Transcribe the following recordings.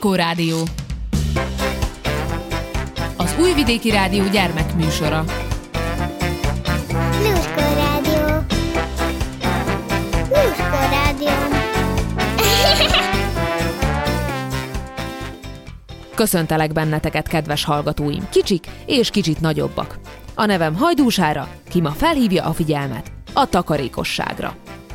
Lurkó Rádió. Az Újvidéki Rádió gyermekműsora. Lurkó Rádió. Lurkó Rádió. Köszöntelek benneteket, kedves hallgatóim, kicsik és kicsit nagyobbak. A nevem Hajdúsára, ki ma felhívja a figyelmet a takarékosságra.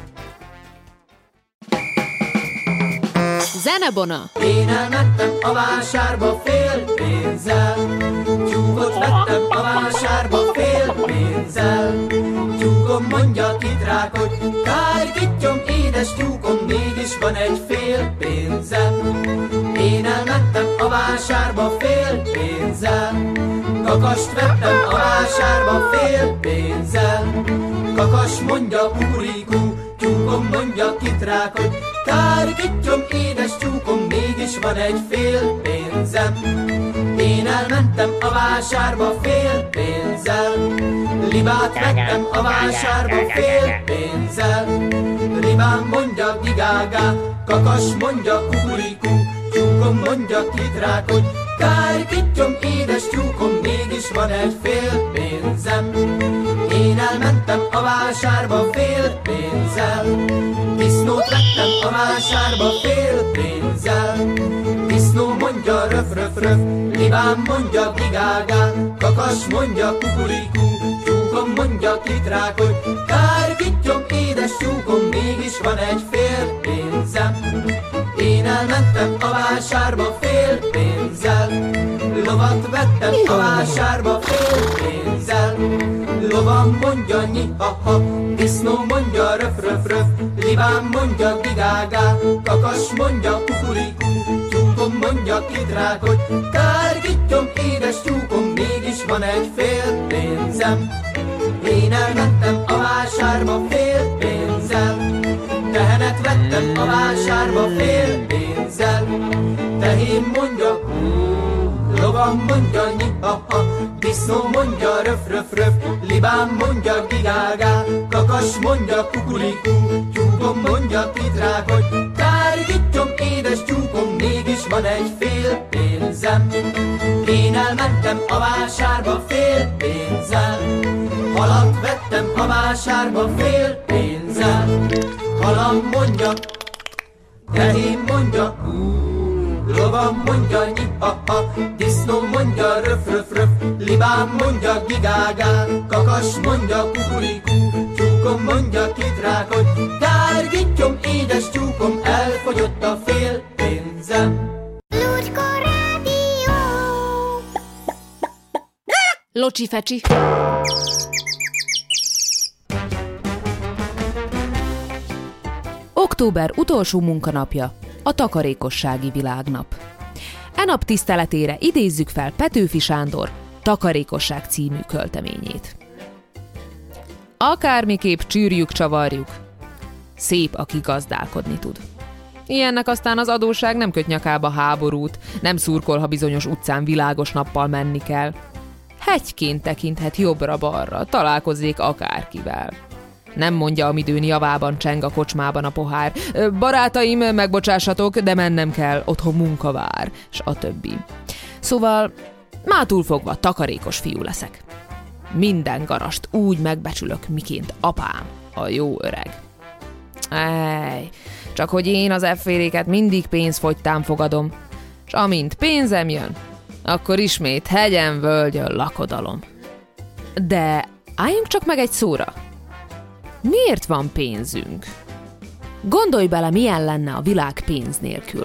Zenebona! Én elmentem a vásárba fél pénzzel, tyúkot vettem a vásárba fél pénzzel. Tyúkom mondja kitrák, hogy kár kittyom, édes tyúkom, mégis van egy fél pénzem. Én elmentem a vásárba fél pénzzel, kakast vettem a vásárba fél pénzzel. Kakas mondja kukurikú, tyúkom mondja kitrák, hogy kár kittyom, édes tyúkom, mégis van egy fél pénzem. Én elmentem a vásárba fél pénzzel, libát vettem a vásárba fél pénzzel. Libám mondja gigágá, kakas mondja kukurikú, tyúkom mondja kitrák, hogy kár kittyom, édes tyúkom, mégis van egy fél pénzem. Én elmentem a vásárba fél pénzzel, disznót vettem a vásárba fél pénzzel. Disznó mondja röf, röf, röf, libám mondja gigágá, kakas mondja kukurikú, tyúkom mondja kitrák, hogy kár kittyom, édes tyúkom, mégis van egy fél pénzem. Én elmentem a vásárba fél pénzzel, lovat vettem a vásárba fél pénzzel. Lovam mondja nyi-ha-ha, disznó mondja röf-röf-röf, libám mondja gigágá, kakas mondja kukurikú, tyúkom mondja kitrák, hogy kár kittyom, édes tyúkom, mégis van egy fél pénzem. Én elmentem a vásárba fél pénzzel, tehenet vettem a vásárba fél pénzzel. Tehén mondja lovam mondja nyi-ha-ha, disznó mondja röf-röf-röf, libám mondja gigágá, kakas mondja kukurikú, tyúkom mondja kitrák, hogy kár kittyom, édes tyúkom, mégis van egy fél pénzem. Én elmentem a vásárba fél pénzzel, halat vettem a vásárba fél pénzzel. Halam mondja, tehén mondja, lovam mondja nyi-ha-ha, disznó mondja röf-röf-röf, libám mondja gigágá, kakas mondja kukurikú, tyúkom mondja kitrák, hogy kár kittyom, édes tyúkom, elfogyott a fél pénzem. Lurkó Rádió. Locsi fecsi! Október utolsó munkanapja, a takarékossági világnap. E nap tiszteletére idézzük fel Petőfi Sándor Takarékosság című költeményét. Akármiképp csűrjük, csavarjuk, szép, aki gazdálkodni tud. Ilyennek aztán az adósság nem köt nyakába háborút, nem szurkol, ha bizonyos utcán világos nappal menni kell. Hegyként tekinthet jobbra-balra, találkozzék akárkivel. Nem mondja, amidőn javában cseng a kocsmában a pohár. Barátaim, megbocsássatok, de mennem kell, otthon munka vár, és a többi. Szóval már túlfogva takarékos fiú leszek. Minden garast úgy megbecsülök, miként apám, a jó öreg. Csak hogy én az efféléket mindig pénzfogytán fogadom, s amint pénzem jön, akkor ismét hegyen, völgyön lakodalom. De álljunk csak meg egy szóra. Miért van pénzünk? Gondolj bele, milyen lenne a világ pénz nélkül.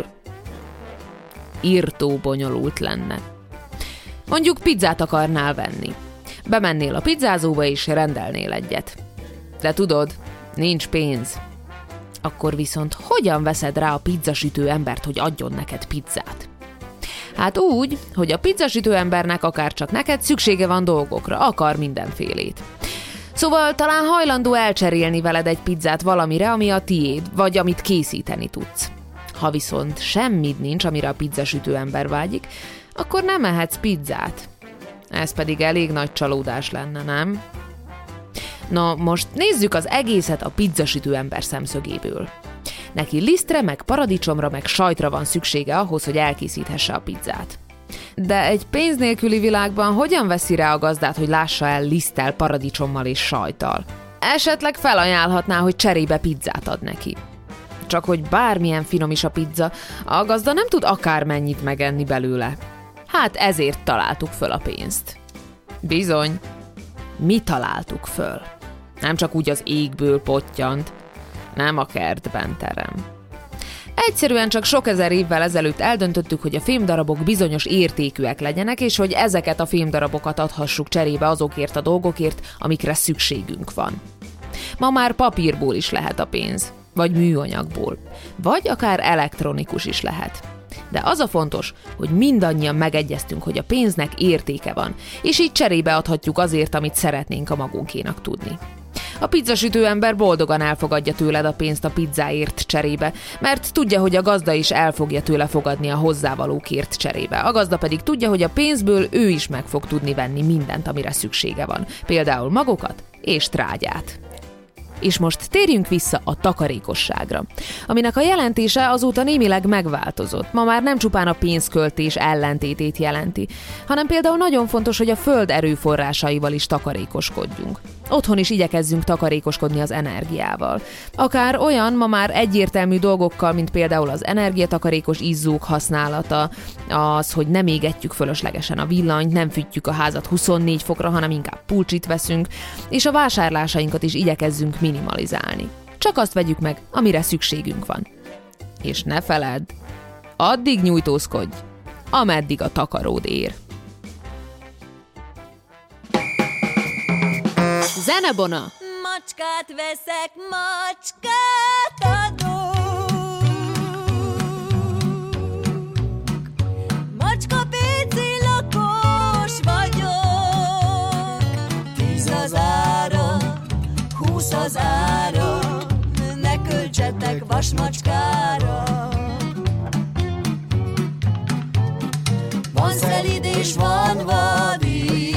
Irtó bonyolult lenne. Mondjuk pizzát akarnál venni. Bemennél a pizzázóba és rendelnél egyet. De tudod, nincs pénz. Akkor viszont hogyan veszed rá a pizzasütő embert, hogy adjon neked pizzát? Hát úgy, hogy a pizzasütő embernek akárcsak neked szüksége van dolgokra, akar mindenfélét. Szóval talán hajlandó elcserélni veled egy pizzát valamire, ami a tiéd, vagy amit készíteni tudsz. Ha viszont semmid nincs, amire a pizzasütő ember vágyik, akkor nem ehetsz pizzát. Ez pedig elég nagy csalódás lenne, nem? Na, most nézzük az egészet a pizzasütő ember szemszögéből. Neki lisztre, meg paradicsomra, meg sajtra van szüksége ahhoz, hogy elkészíthesse a pizzát. De egy pénz nélküli világban hogyan veszi rá a gazdát, hogy lássa el liszttel, paradicsommal és sajttal? Esetleg felajánlhatná, hogy cserébe pizzát ad neki. Csak hogy bármilyen finom is a pizza, a gazda nem tud akármennyit megenni belőle. Hát ezért találtuk föl a pénzt. Bizony, mi találtuk föl. Nem csak úgy az égből pottyant, nem a kertben terem. Egyszerűen csak sok ezer évvel ezelőtt eldöntöttük, hogy a fémdarabok bizonyos értékűek legyenek, és hogy ezeket a fémdarabokat adhassuk cserébe azokért a dolgokért, amikre szükségünk van. Ma már papírból is lehet a pénz, vagy műanyagból, vagy akár elektronikus is lehet. De az a fontos, hogy mindannyian megegyeztünk, hogy a pénznek értéke van, és így cserébe adhatjuk azért, amit szeretnénk a magunkénak tudni. A pizzasütő ember boldogan elfogadja tőled a pénzt a pizzáért cserébe, mert tudja, hogy a gazda is el fogja tőle fogadni a hozzávalókért cserébe. A gazda pedig tudja, hogy a pénzből ő is meg fog tudni venni mindent, amire szüksége van, például magokat és trágyát. És most térjünk vissza a takarékosságra, aminek a jelentése azóta némileg megváltozott. Ma már nem csupán a pénzköltés ellentétét jelenti, hanem például nagyon fontos, hogy a föld erőforrásaival is takarékoskodjunk. Otthon is igyekezzünk takarékoskodni az energiával. Akár olyan ma már egyértelmű dolgokkal, mint például az energiatakarékos izzók használata, az, hogy nem égetjük fölöslegesen a villanyt, nem fűtjük a házat 24 fokra, hanem inkább pulcsit veszünk, és a vásárlásainkat is igyekezzünk minimalizálni. Csak azt vegyük meg, amire szükségünk van. És ne feledd, addig nyújtózkodj, ameddig a takaród ér. Zenebona! Macskát veszek, macskát adok. Macska pici lakos vagyok. 10 az ára, 20 az ára, ne költsetek vasmacskára. Van szelíd és van vadíj,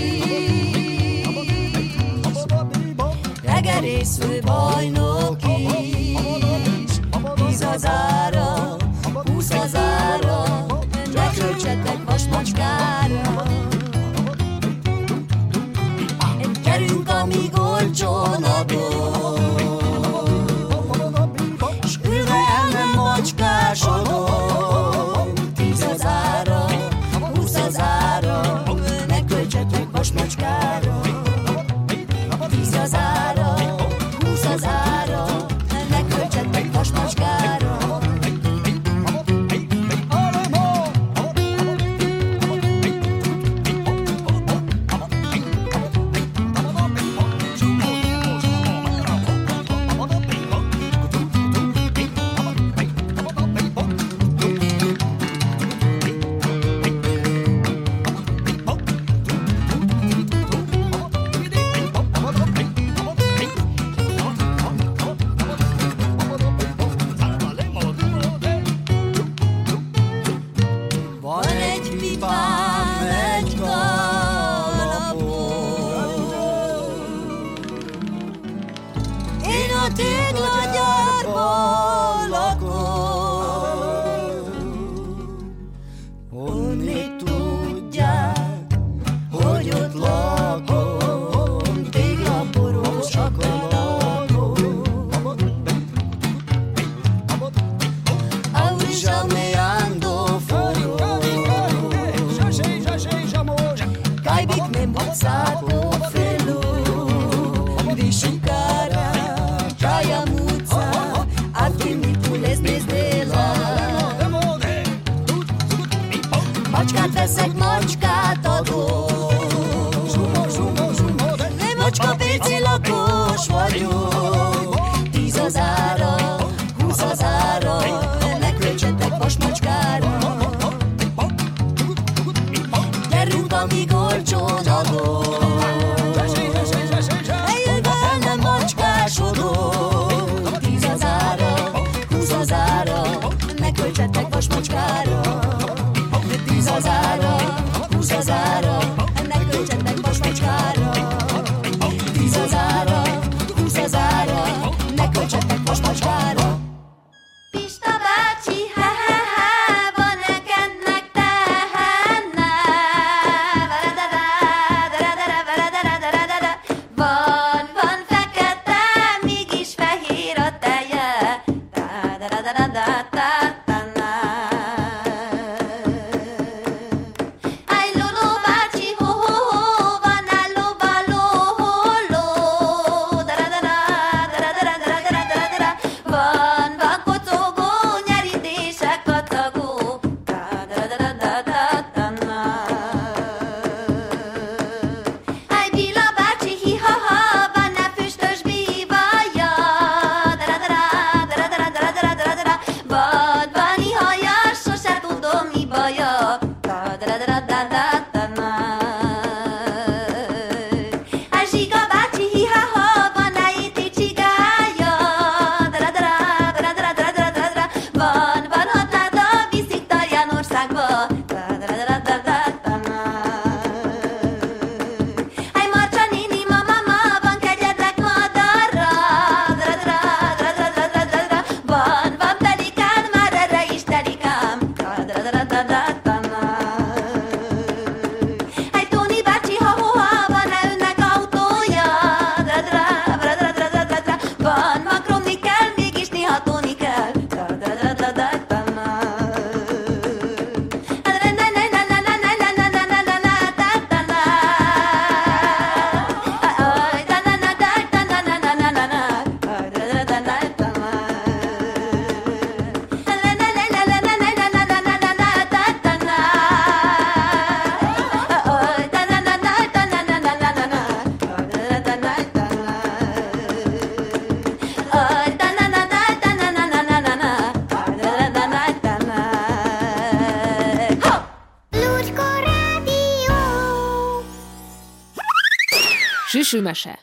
regerészfő bajnok is. 10 az ára, 20 az ára, ne költsetek vasmacskára. Gyerünk, amíg olcsón adok, s ülve el nem Süsümese.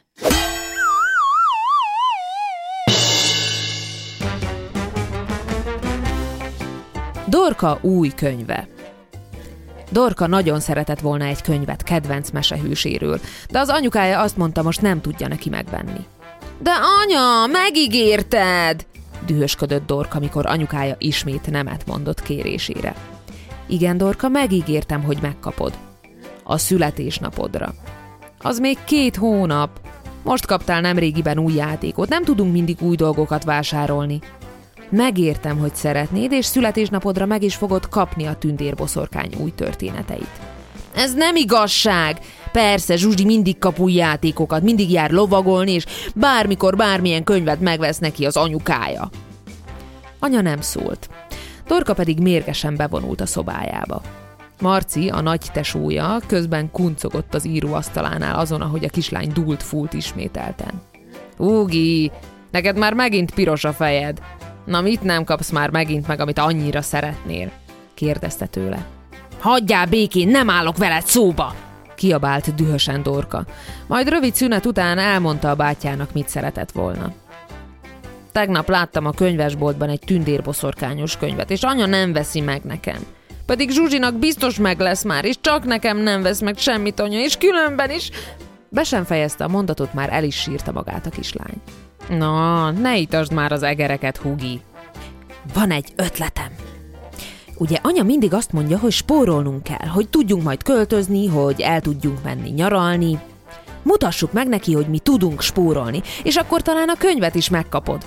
Dorka új könyve. Dorka nagyon szeretett volna egy könyvet kedvenc mesehőséről, de az anyukája azt mondta, most nem tudja neki megvenni. De anya, megígérted! Dühösködött Dorka, mikor anyukája ismét nemet mondott kérésére. Igen, Dorka, megígértem, hogy megkapod. A születésnapodra. Az még 2 hónap. Most kaptál nemrégiben új játékot, nem tudunk mindig új dolgokat vásárolni. Megértem, hogy szeretnéd, és születésnapodra meg is fogod kapni a tündérboszorkány új történeteit. Ez nem igazság! Persze, Zsuzsi mindig kap új játékokat, mindig jár lovagolni, és bármikor bármilyen könyvet megvesz neki az anyukája. Anya nem szólt. Dorka pedig mérgesen bevonult a szobájába. Marci, a nagy tesója, közben kuncogott az íróasztalánál azon, ahogy a kislány dult-fúlt ismételten. Ugi, neked már megint piros a fejed. Na mit nem kapsz már megint meg, amit annyira szeretnél? Kérdezte tőle. Hagyjál békén, nem állok veled szóba! Kiabált dühösen Dorka. Majd rövid szünet után elmondta a bátyjának, mit szeretett volna. Tegnap láttam a könyvesboltban egy tündérboszorkányos könyvet, és anya nem veszi meg nekem. Pedig Zsuzsinak biztos meg lesz már, és csak nekem nem vesz meg semmit anya, és különben is... Be sem fejezte a mondatot, már el is sírta magát a kislány. Na, ne itasd már az egereket, Hugi. Van egy ötletem. Ugye anya mindig azt mondja, hogy spórolnunk kell, hogy tudjunk majd költözni, hogy el tudjunk menni nyaralni. Mutassuk meg neki, hogy mi tudunk spórolni, és akkor talán a könyvet is megkapod.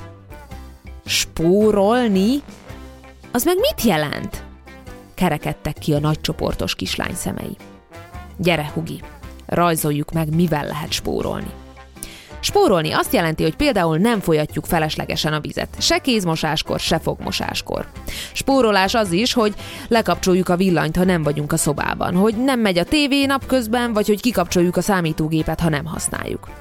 Spórolni? Az meg mit jelent? Kerekedtek ki a nagycsoportos kislány szemei. Gyere, Hugi, rajzoljuk meg, mivel lehet spórolni. Spórolni azt jelenti, hogy például nem folyatjuk feleslegesen a vizet, se kézmosáskor, se fogmosáskor. Spórolás az is, hogy lekapcsoljuk a villanyt, ha nem vagyunk a szobában, hogy nem megy a tévé napközben, vagy hogy kikapcsoljuk a számítógépet, ha nem használjuk.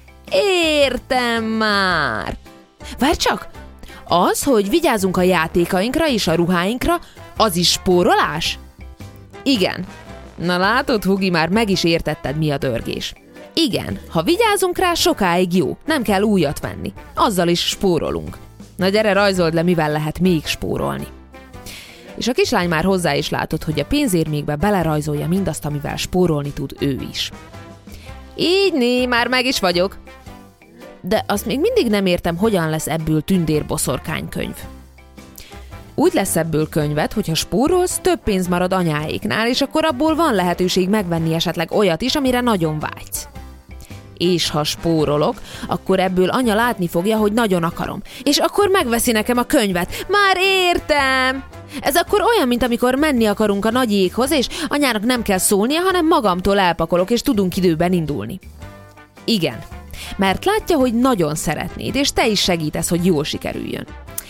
Értem már! Várj csak! Az, hogy vigyázzunk a játékainkra és a ruháinkra, az is spórolás? Igen. Na látod, Hugi, már meg is értetted, mi a dörgés. Igen, ha vigyázunk rá, sokáig jó, nem kell újat venni. Azzal is spórolunk. Na gyere, rajzold le, mivel lehet még spórolni. És a kislány már hozzá is látott, hogy a pénzérmékbe belerajzolja mindazt, amivel spórolni tud ő is. Így né, már meg is vagyok. De azt még mindig nem értem, hogyan lesz ebből tündérboszorkánykönyv. Úgy lesz ebből könyvet, hogyha spórolsz, több pénz marad anyáéknál, és akkor abból van lehetőség megvenni esetleg olyat is, amire nagyon vágysz. És ha spórolok, akkor ebből anya látni fogja, hogy nagyon akarom, és akkor megveszi nekem a könyvet. Már értem! Ez akkor olyan, mint amikor menni akarunk a nagyjékhoz, és anyának nem kell szólnia, hanem magamtól elpakolok, és tudunk időben indulni. Igen, mert látja, hogy nagyon szeretnéd, és te is segítesz, hogy jól sikerüljön.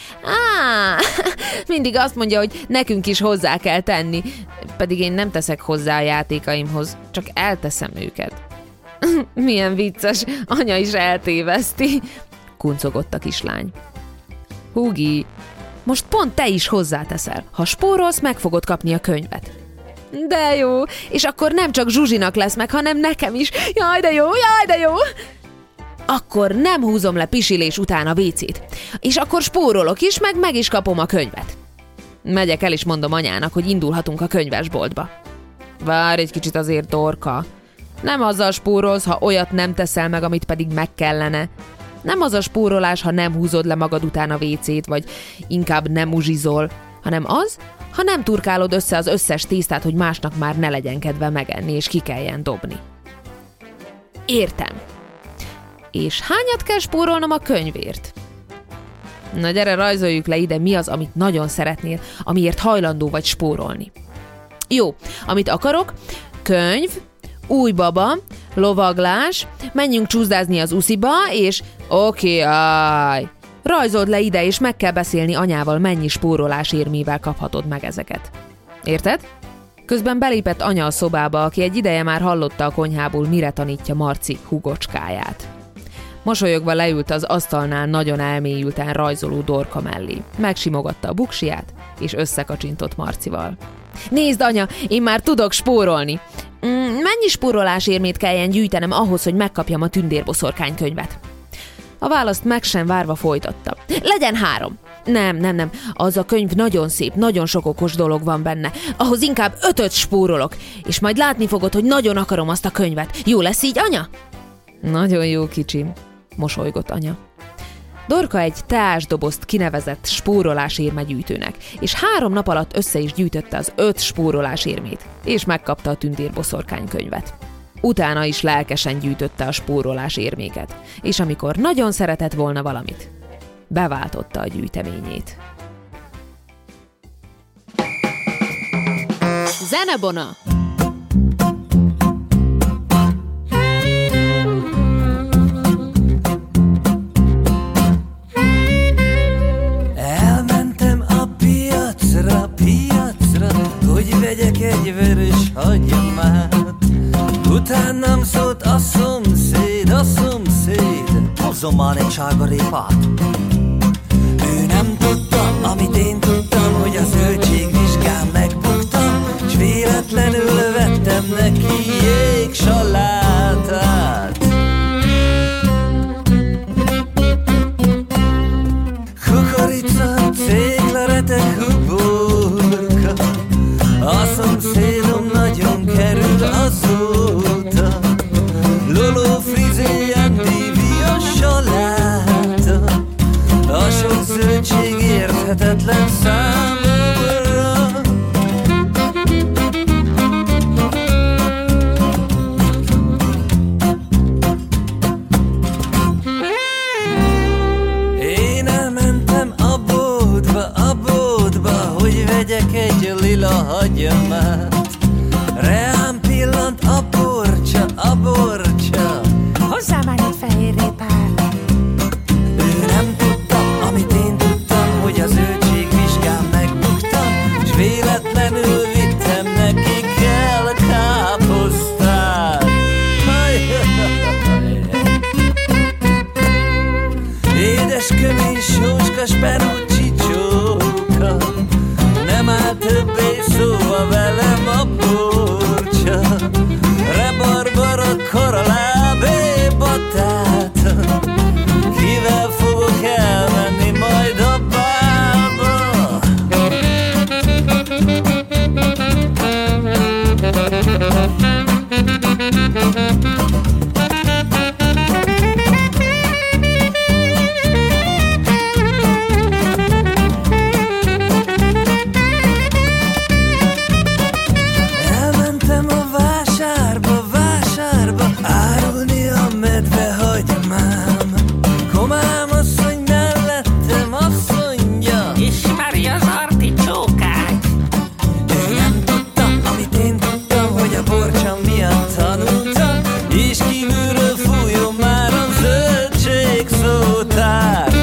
Mindig azt mondja, hogy nekünk is hozzá kell tenni, pedig én nem teszek hozzá a játékaimhoz, csak elteszem őket. Milyen vicces, anya is eltéveszti, kuncogott a kislány. Hugi, most pont te is hozzáteszel. Ha spórolsz, meg fogod kapni a könyvet. De jó, és akkor nem csak Zsuzsinak lesz meg, hanem nekem is. Jaj, de jó, jaj, de jó! Akkor nem húzom le pisilés után a vécét. És akkor spórolok is, meg is kapom a könyvet. Megyek el és mondom anyának, hogy indulhatunk a könyvesboltba. Várj egy kicsit azért, Dorka. Nem azzal spórolsz, ha olyat nem teszel meg, amit pedig meg kellene. Nem az a spórolás, ha nem húzod le magad után a vécét, vagy inkább nem muzsizol, hanem az, ha nem turkálod össze az összes tésztát, hogy másnak már ne legyen kedve megenni, és ki kelljen dobni. Értem. És hányat kell spórolnom a könyvért? Na gyere, rajzoljuk le ide, mi az, amit nagyon szeretnél, amiért hajlandó vagy spórolni. Jó, amit akarok, könyv, új baba, lovaglás, menjünk csúszdázni az usziba, és oké, állj! Rajzold le ide, és meg kell beszélni anyával, mennyi spórolás érmével kaphatod meg ezeket. Érted? Közben belépett anya a szobába, aki egy ideje már hallotta a konyhából, mire tanítja Marci hugocskáját. Mosolyogva leült az asztalnál nagyon elmélyülten rajzoló Dorka mellé. Megsimogatta a buksiját, és összekacsintott Marcival. Nézd, anya, én már tudok spórolni! Mennyi spórolásérmét kelljen gyűjtenem ahhoz, hogy megkapjam a Tündérboszorkány könyvet? A választ meg sem várva folytatta. Legyen 3. Nem. Az a könyv nagyon szép, nagyon sok okos dolog van benne. Ahhoz inkább 5-öt spórolok, és majd látni fogod, hogy nagyon akarom azt a könyvet. Jó lesz így, anya? Nagyon jó, kicsim, mosolygott anya. Dorka egy teásdobozt kinevezett spórolásérmegyűjtőnek, és 3 nap alatt össze is gyűjtötte az 5 spórolásérmét, és megkapta a Tündérboszorkány könyvet. Utána is lelkesen gyűjtötte a spórolásérméket, és amikor nagyon szeretett volna valamit, beváltotta a gyűjteményét. Zenebona! Elmentem a piacra, hogy vegyek egy vörös hagymát. Utánam szólt a szomszéd, hozzon már egy sárgarépát. Ő nem tudta, amit én tudtam, hogy a zöldségvizsgán megbuktam, s véletlenül vettem neki jégsalátát. Kukorica, cégla, retek, uborka, a szomszédom nagyon kerül azóta. Lolo, frizé, endívia, saláta, a sok zöldség érthetetlen számomra. Én elmentem a boltba, hogy vegyek egy lila hagymát. Reám pillant a borcsa, hozzá már egy fehér répát. Ő nem tudta, amit én tudtam, hogy a zöldségvizsgán megbuktam, s véletlenül vittem neki kell káposztát. Édes kömény sóska, spenócsi csóka, nem áll többé szóba velem a borcsa. Rebarbara, koralábé, batáta, kivel fogok elmenni majd a bálba? Elmentem a vásárba, árulni a medvehagymám. Komám asszony mellettem azt mondja, Ismeri az articsókát. ő nem tudta, amit én tudtam, hogy a borcsam miatt tanultam, és kívülről fújjon már a zöldség szótárt.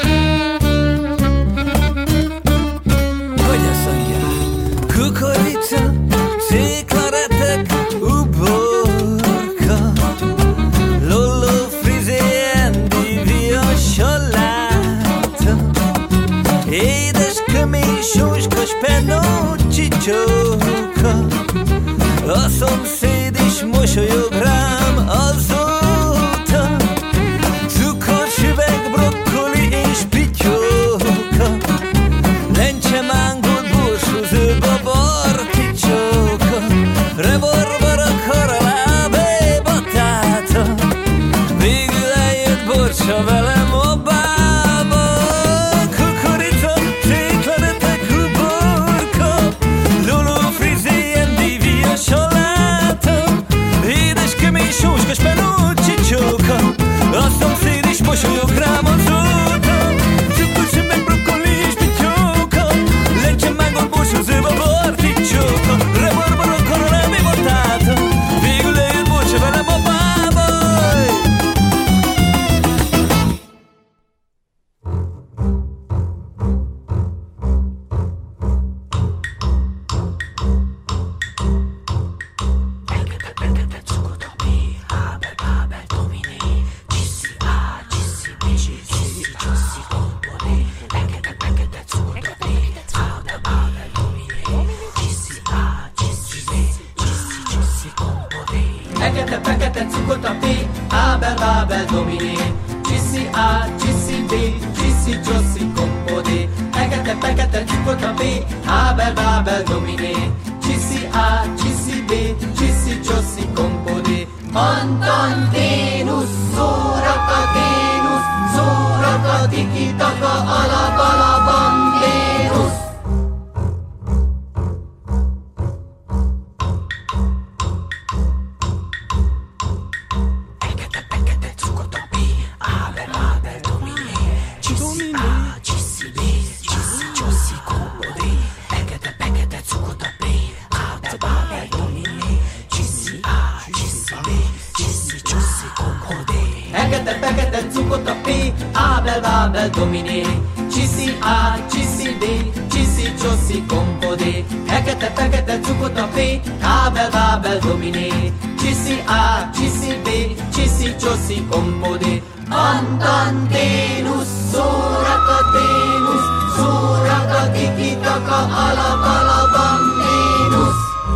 Hogy azt mondja? Kukorica, cékla, retek, uborka, lolo, frizé, endívia, saláta, édes kömény sóska, spenócsi csóka, a szomszéd is mosolyog rám azóta. Cukorsüveg, brokkoli és pityóka, lencse, mángolt, borsó, zöldbaba, articsóka, rebarbara, koralábé, batáta, végül eljött borcsa velem a bálba. Kukorica, cékla, retek, uborka, lolo, frizé, endívia, saláta, édes dominé. Csiszi A, csiszi B, csiszi csoszi kompodé. Ekete, pekete, csukota B, ábel, bábel, dominé. Csiszi A, csiszi B, csiszi csoszi kompodé. Antanténusz, szórakaténusz, szórakatiki-taka, alabalabanténusz. Ekete, cukota P, ábel, bábel, dominé. Csiszi A, csiszi B, csiszi csoszi kompodé. Ekete, pekete, cukota P, ábel, bábel, dominé. Csiszi A, csiszi B, csiszi csoszi kompodé. Antanténusz, szórakaténusz, szórakatiki-taka, alabalabanténusz.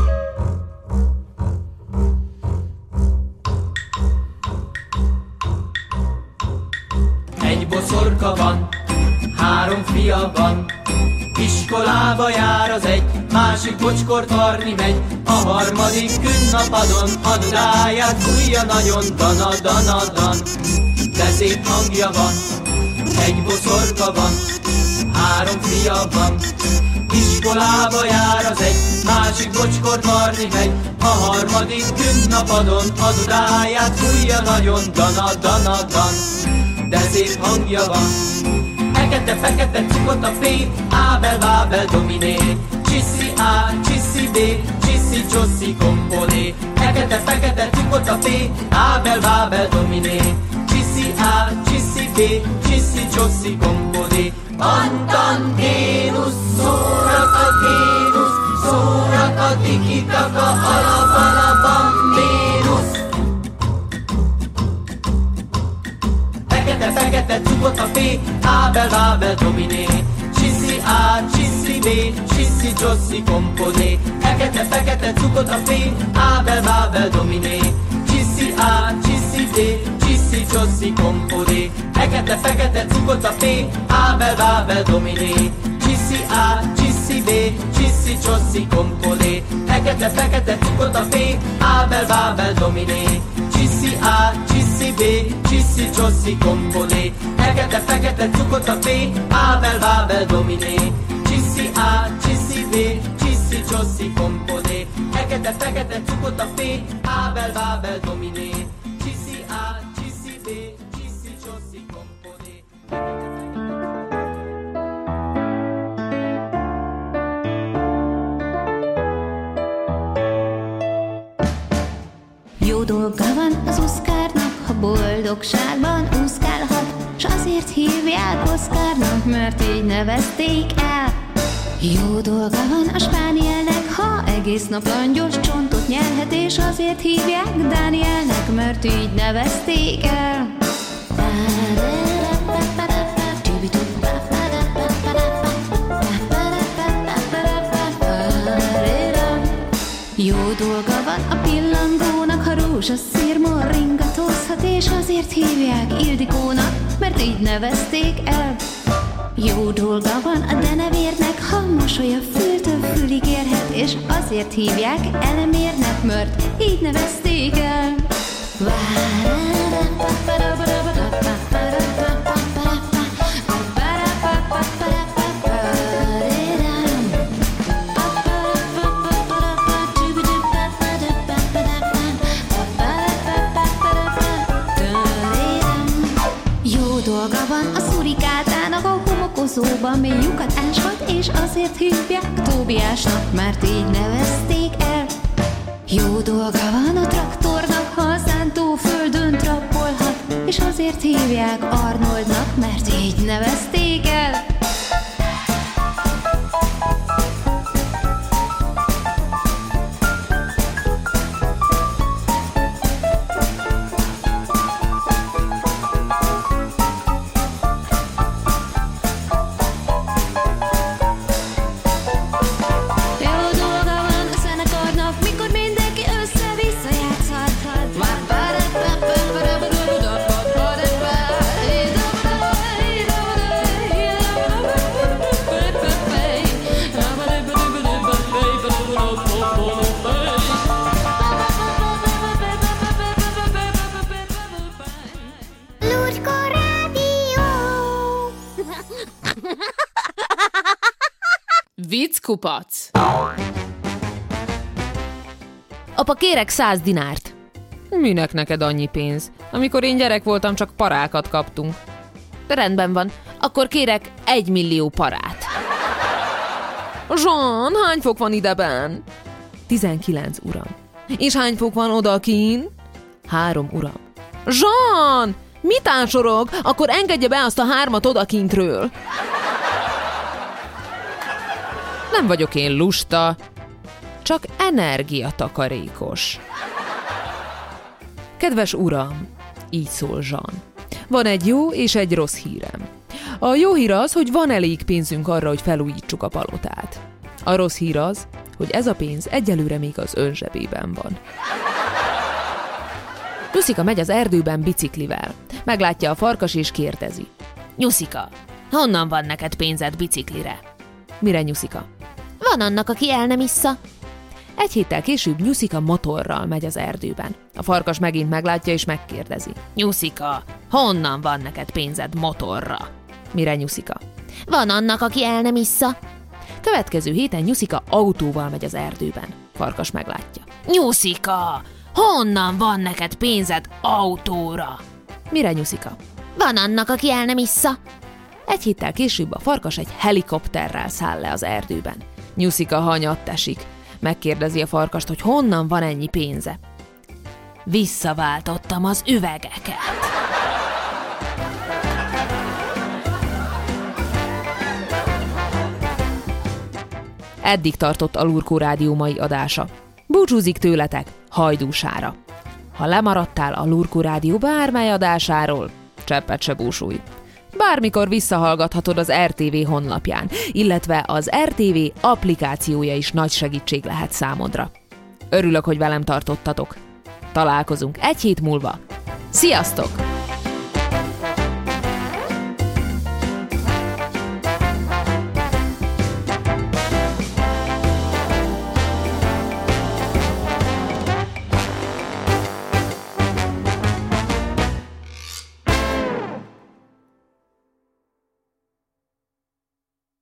Egy boszorka van, 3 fia van, iskolába jár az egy, másik bocskort varni megy, a harmadik ünnyapadon a dudáját fújja nagyon, dana-dana-dan, de szép hangja van. Egy boszorka van, 3 fia van, iskolába jár az egy, másik bocskort varni megy, a harmadik ünnyapadon a dudáját fújja nagyon, dana-dana-dan, de szép hangja van. Ekete, fekete, cukota P, ábel, bábel, dominé. Csiszi A, csiszi B, csiszi csoszi kompodé. Ekete, fekete, cukota P, ábel, bábel, dominé. Csiszi A, csiszi B, csiszi csoszi kompodé. Antanténusz, szórakaténusz, szórakatiki-taka, alabalabanténusz. Fekete, cukota P, ábel, bábel, dominé. Csiszi A, csiszi B, csiszi csoszi kompodé. Fekete, cukota P, ábel, bábel, dominé. Csiszi A, csiszi B, csiszi csoszi kompodé. Fekete, cukota P, ábel, bábel, dominé. Csiszi A, csiszi B, csiszi csoszi kompodé. Fekete, cukota P, ábel, bábel, dominé. Csiszi A, csiszi B, csiszi csoszi kompodé. Fekete, cukota P, ábel, bábel, dominé. Csiszi A, csiszi B, csiszi csoszi kompodé. Fekete, cukota P, ábel, bábel, dominé. Csiszi A, csiszi B, csiszi csoszi kompodé. Jó dolga van az Oszkárnak, ha boldogságban úszkálhat, s azért hívják Oszkárnak, mert így nevezték el. Jó dolga van a spánielnek, ha egész nap langyos csontot nyelhet, és azért hívják Dánielnek, mert így nevezték el. Jó dolga van a pillangónak, ha rózsaszírmon ringatózhat, és azért hívják Ildikónak, mert így nevezték el. Jó dolga van a denevérnek, ha mosolya fültől fülig érhet, és azért hívják Elemérnek, mert így nevezték el. Szóban mély lyukat áshat, és azért hívják Tóbiásnak, mert így nevezték el. Jó dolga van a traktornak, ha a szántóföldön trappolhat, és azért hívják Arnoldnak, mert így nevezték el. Vicckupac. Apa, kérek 100 dinárt. Minek neked annyi pénz? Amikor én gyerek voltam, csak parákat kaptunk. De rendben van, akkor kérek 1 millió parát. Jean, hány fok van ideben? 19, uram. És hány fok van odakín? 3, uram. Jean, mit tánsorog? Akkor engedje be azt a 3 odakintről. Nem vagyok én lusta, csak energiatakarékos. Kedves uram, így szól Jean. Van egy jó és egy rossz hírem. A jó hír az, hogy van elég pénzünk arra, hogy felújítsuk a palotát. A rossz hír az, hogy ez a pénz egyelőre még az ön zsebében van. Nyuszika megy az erdőben biciklivel. Meglátja a farkas és kérdezi. Nyuszika, honnan van neked pénzed biciklire? Mire Nyuszika? Van annak, aki el nem issza. Egy héttel később Nyuszika motorral megy az erdőben. A farkas megint meglátja és megkérdezi. Nyuszika, honnan van neked pénzed motorra? Mire Nyuszika? Van annak, aki el nem issza. Következő héten Nyuszika autóval megy az erdőben. Farkas meglátja. Nyuszika, honnan van neked pénzed autóra? Mire Nyuszika? Van annak, aki el nem issza. Egy héttel később a farkas egy helikopterrel száll le az erdőben. Nyuszika hanyatt esik. Megkérdezi a farkast, hogy honnan van ennyi pénze. Visszaváltottam az üvegeket. Eddig tartott a Lurkó Rádió mai adása. Búcsúzik tőletek Hajdúsára. Ha lemaradtál a Lurkó Rádió bármely adásáról, cseppet se búsulj. Bármikor visszahallgathatod az RTV honlapján, illetve az RTV applikációja is nagy segítség lehet számodra. Örülök, hogy velem tartottatok. Találkozunk egy hét múlva. Sziasztok!